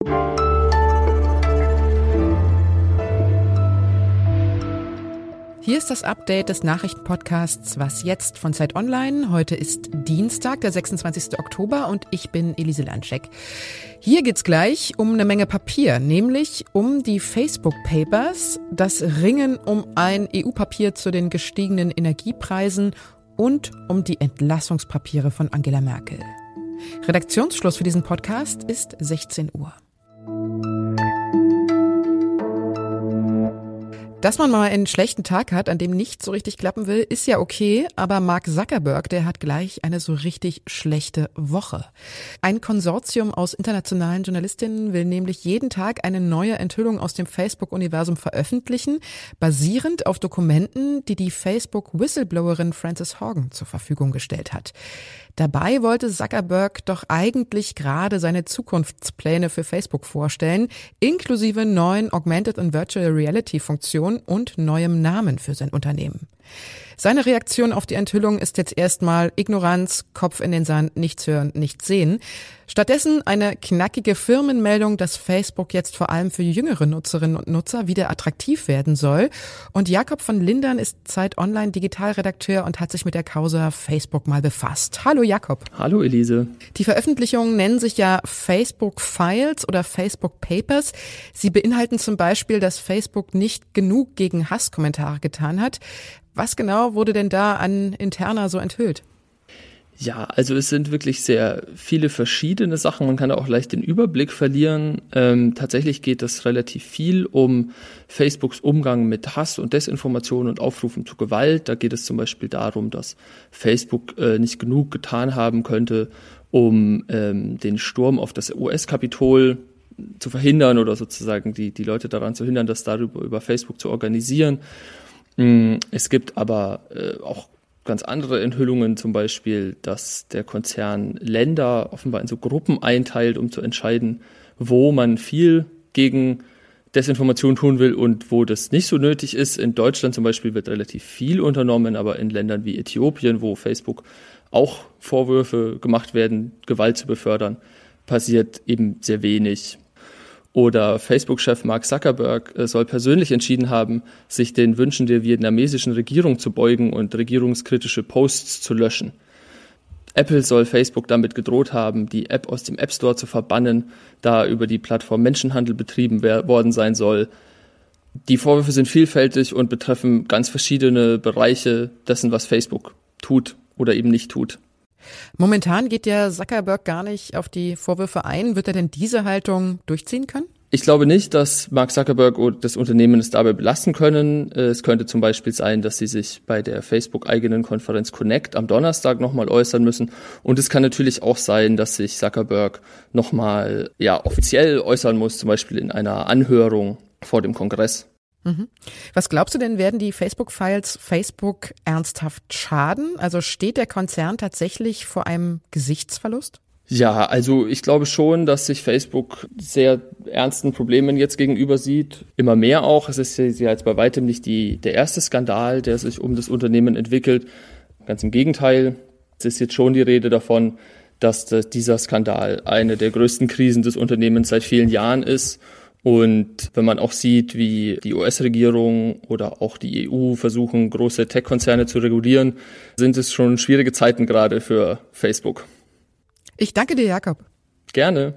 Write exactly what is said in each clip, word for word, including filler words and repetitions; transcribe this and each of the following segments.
Hier ist das Update des Nachrichtenpodcasts Was jetzt von Zeit Online. Heute ist Dienstag, der sechsundzwanzigster Oktober und ich bin Elise Landscheck. Hier geht's gleich um eine Menge Papier, nämlich um die Facebook Papers, das Ringen um ein E U-Papier zu den gestiegenen Energiepreisen und um die Entlassungspapiere von Angela Merkel. Redaktionsschluss für diesen Podcast ist sechzehn Uhr. Dass man mal einen schlechten Tag hat, an dem nichts so richtig klappen will, ist ja okay, aber Mark Zuckerberg, der hat gleich eine so richtig schlechte Woche. Ein Konsortium aus internationalen Journalistinnen will nämlich jeden Tag eine neue Enthüllung aus dem Facebook-Universum veröffentlichen, basierend auf Dokumenten, die die Facebook-Whistleblowerin Frances Haugen zur Verfügung gestellt hat. Dabei wollte Zuckerberg doch eigentlich gerade seine Zukunftspläne für Facebook vorstellen, inklusive neuen Augmented und Virtual Reality Funktionen und neuem Namen für sein Unternehmen. Seine Reaktion auf die Enthüllung ist jetzt erstmal Ignoranz, Kopf in den Sand, nichts hören, nichts sehen. Stattdessen eine knackige Firmenmeldung, dass Facebook jetzt vor allem für jüngere Nutzerinnen und Nutzer wieder attraktiv werden soll. Und Jakob von Lindern ist Zeit Online Digitalredakteur und hat sich mit der Causa Facebook mal befasst. Hallo Jakob. Hallo Elise. Die Veröffentlichungen nennen sich ja Facebook Files oder Facebook Papers. Sie beinhalten zum Beispiel, dass Facebook nicht genug gegen Hasskommentare getan hat. Was genau wurde denn da an Interna so enthüllt? Ja, also es sind wirklich sehr viele verschiedene Sachen. Man kann da auch leicht den Überblick verlieren. Ähm, tatsächlich geht es relativ viel um Facebooks Umgang mit Hass und Desinformation und Aufrufen zu Gewalt. Da geht es zum Beispiel darum, dass Facebook äh, nicht genug getan haben könnte, um ähm, den Sturm auf das U S-Kapitol zu verhindern oder sozusagen die, die Leute daran zu hindern, das darüber über Facebook zu organisieren. Es gibt aber äh, auch ganz andere Enthüllungen, zum Beispiel, dass der Konzern Länder offenbar in so Gruppen einteilt, um zu entscheiden, wo man viel gegen Desinformation tun will und wo das nicht so nötig ist. In Deutschland zum Beispiel wird relativ viel unternommen, aber in Ländern wie Äthiopien, wo Facebook auch Vorwürfe gemacht werden, Gewalt zu befördern, passiert eben sehr wenig. Oder Facebook-Chef Mark Zuckerberg soll persönlich entschieden haben, sich den Wünschen der vietnamesischen Regierung zu beugen und regierungskritische Posts zu löschen. Apple soll Facebook damit gedroht haben, die App aus dem App Store zu verbannen, da über die Plattform Menschenhandel betrieben worden sein soll. Die Vorwürfe sind vielfältig und betreffen ganz verschiedene Bereiche dessen, was Facebook tut oder eben nicht tut. Momentan geht ja Zuckerberg gar nicht auf die Vorwürfe ein. Wird er denn diese Haltung durchziehen können? Ich glaube nicht, dass Mark Zuckerberg und das Unternehmen es dabei belassen können. Es könnte zum Beispiel sein, dass sie sich bei der Facebook-eigenen Konferenz Connect am Donnerstag nochmal äußern müssen. Und es kann natürlich auch sein, dass sich Zuckerberg nochmal ja, offiziell äußern muss, zum Beispiel in einer Anhörung vor dem Kongress. Was glaubst du denn, werden die Facebook-Files Facebook ernsthaft schaden? Also steht der Konzern tatsächlich vor einem Gesichtsverlust? Ja, also ich glaube schon, dass sich Facebook sehr ernsten Problemen jetzt gegenüber sieht. Immer mehr auch. Es ist ja jetzt bei weitem nicht die, der erste Skandal, der sich um das Unternehmen entwickelt. Ganz im Gegenteil. Es ist jetzt schon die Rede davon, dass das, dieser Skandal eine der größten Krisen des Unternehmens seit vielen Jahren ist. Und wenn man auch sieht, wie die U S-Regierung oder auch die E U versuchen, große Tech-Konzerne zu regulieren, sind es schon schwierige Zeiten gerade für Facebook. Ich danke dir, Jakob. Gerne.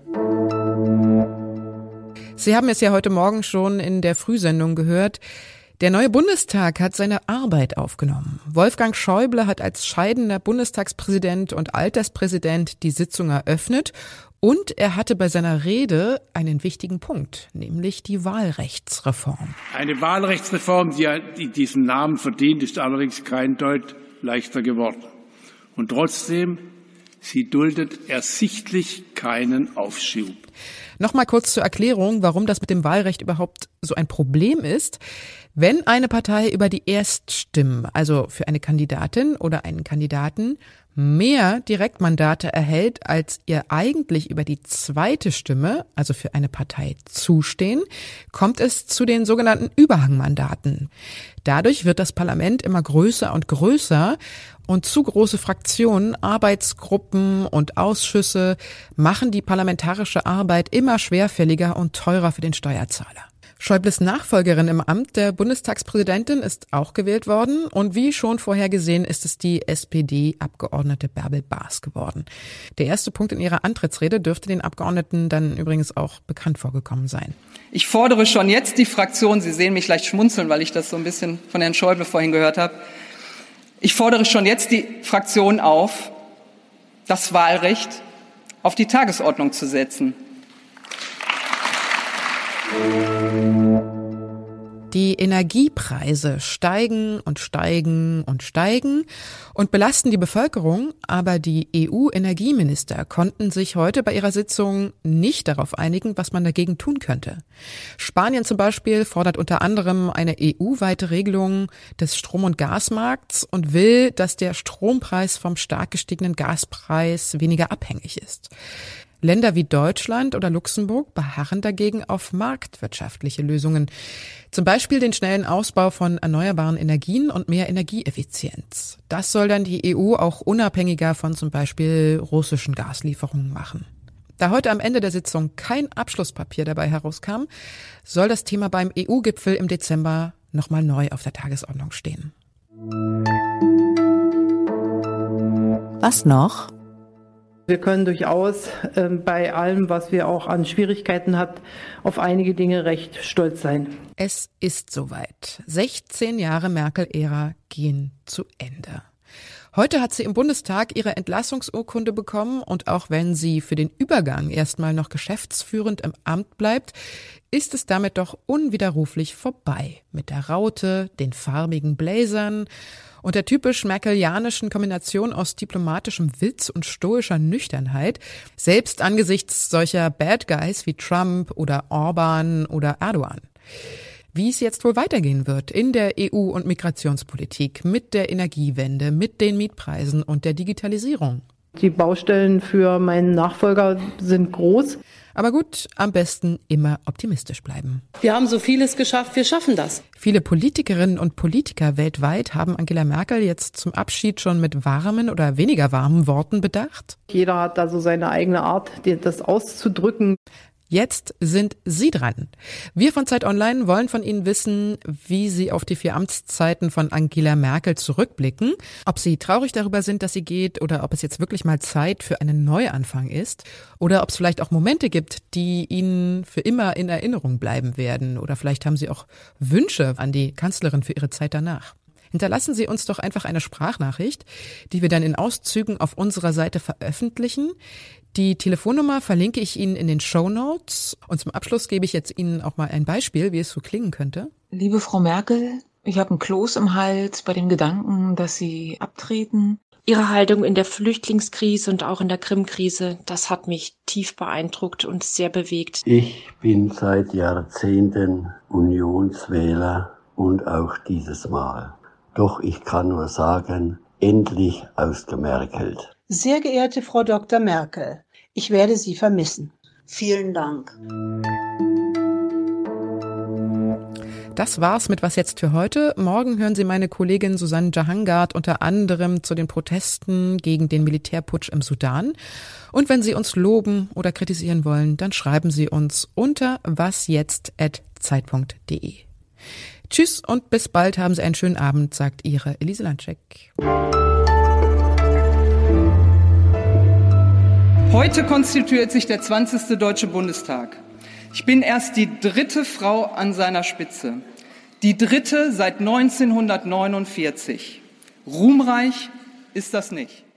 Sie haben es ja heute Morgen schon in der Frühsendung gehört. Der neue Bundestag hat seine Arbeit aufgenommen. Wolfgang Schäuble hat als scheidender Bundestagspräsident und Alterspräsident die Sitzung eröffnet. Und er hatte bei seiner Rede einen wichtigen Punkt, nämlich die Wahlrechtsreform. Eine Wahlrechtsreform, die diesen Namen verdient, ist allerdings kein Deut leichter geworden. Und trotzdem, sie duldet ersichtlich keinen Aufschub. Nochmal kurz zur Erklärung, warum das mit dem Wahlrecht überhaupt so ein Problem ist. Wenn eine Partei über die Erststimmen, also für eine Kandidatin oder einen Kandidaten, mehr Direktmandate erhält, als ihr eigentlich über die zweite Stimme, also für eine Partei, zustehen, kommt es zu den sogenannten Überhangmandaten. Dadurch wird das Parlament immer größer und größer und zu große Fraktionen, Arbeitsgruppen und Ausschüsse machen die parlamentarische Arbeit immer schwerfälliger und teurer für den Steuerzahler. Schäubles Nachfolgerin im Amt der Bundestagspräsidentin ist auch gewählt worden und wie schon vorhergesehen ist es die S P D-Abgeordnete Bärbel Baas geworden. Der erste Punkt in ihrer Antrittsrede dürfte den Abgeordneten dann übrigens auch bekannt vorgekommen sein. Ich fordere schon jetzt die Fraktion, Sie sehen mich leicht schmunzeln, weil ich das so ein bisschen von Herrn Schäuble vorhin gehört habe, ich fordere schon jetzt die Fraktion auf, das Wahlrecht auf die Tagesordnung zu setzen. Die Energiepreise steigen und steigen und steigen und belasten die Bevölkerung, aber die E U-Energieminister konnten sich heute bei ihrer Sitzung nicht darauf einigen, was man dagegen tun könnte. Spanien zum Beispiel fordert unter anderem eine E U-weite Regelung des Strom- und Gasmarkts und will, dass der Strompreis vom stark gestiegenen Gaspreis weniger abhängig ist. Länder wie Deutschland oder Luxemburg beharren dagegen auf marktwirtschaftliche Lösungen. Zum Beispiel den schnellen Ausbau von erneuerbaren Energien und mehr Energieeffizienz. Das soll dann die E U auch unabhängiger von zum Beispiel russischen Gaslieferungen machen. Da heute am Ende der Sitzung kein Abschlusspapier dabei herauskam, soll das Thema beim E U-Gipfel im Dezember nochmal neu auf der Tagesordnung stehen. Was noch? Wir können durchaus äh, bei allem, was wir auch an Schwierigkeiten hat, auf einige Dinge recht stolz sein. Es ist soweit. sechzehn Jahre Merkel-Ära gehen zu Ende. Heute hat sie im Bundestag ihre Entlassungsurkunde bekommen und auch wenn sie für den Übergang erstmal noch geschäftsführend im Amt bleibt, ist es damit doch unwiderruflich vorbei. Mit der Raute, den farbigen Blazern und der typisch merkelianischen Kombination aus diplomatischem Witz und stoischer Nüchternheit, selbst angesichts solcher Bad Guys wie Trump oder Orban oder Erdogan. Wie es jetzt wohl weitergehen wird in der E U- und Migrationspolitik, mit der Energiewende, mit den Mietpreisen und der Digitalisierung. Die Baustellen für meinen Nachfolger sind groß. Aber gut, am besten immer optimistisch bleiben. Wir haben so vieles geschafft, wir schaffen das. Viele Politikerinnen und Politiker weltweit haben Angela Merkel jetzt zum Abschied schon mit warmen oder weniger warmen Worten bedacht. Jeder hat da so seine eigene Art, das auszudrücken. Jetzt sind Sie dran. Wir von Zeit Online wollen von Ihnen wissen, wie Sie auf die vier Amtszeiten von Angela Merkel zurückblicken, ob Sie traurig darüber sind, dass sie geht oder ob es jetzt wirklich mal Zeit für einen Neuanfang ist oder ob es vielleicht auch Momente gibt, die Ihnen für immer in Erinnerung bleiben werden oder vielleicht haben Sie auch Wünsche an die Kanzlerin für Ihre Zeit danach. Hinterlassen Sie uns doch einfach eine Sprachnachricht, die wir dann in Auszügen auf unserer Seite veröffentlichen. Die Telefonnummer verlinke ich Ihnen in den Shownotes. Und zum Abschluss gebe ich jetzt Ihnen auch mal ein Beispiel, wie es so klingen könnte. Liebe Frau Merkel, ich habe einen Kloß im Hals bei dem Gedanken, dass Sie abtreten. Ihre Haltung in der Flüchtlingskrise und auch in der Krim-Krise, das hat mich tief beeindruckt und sehr bewegt. Ich bin seit Jahrzehnten Unionswähler und auch dieses Mal. Doch ich kann nur sagen, endlich ausgemerkelt. Sehr geehrte Frau Doktor Merkel, ich werde Sie vermissen. Vielen Dank. Das war's mit Was jetzt für heute. Morgen hören Sie meine Kollegin Susanne Jahangard unter anderem zu den Protesten gegen den Militärputsch im Sudan. Und wenn Sie uns loben oder kritisieren wollen, dann schreiben Sie uns unter wasjetzt at zeit punkt de. Tschüss und bis bald, haben Sie einen schönen Abend, sagt Ihre Elise Landscheck. Heute konstituiert sich der zwanzigste Deutsche Bundestag. Ich bin erst die dritte Frau an seiner Spitze. Die dritte seit neunzehnhundertneunundvierzig. Ruhmreich ist das nicht.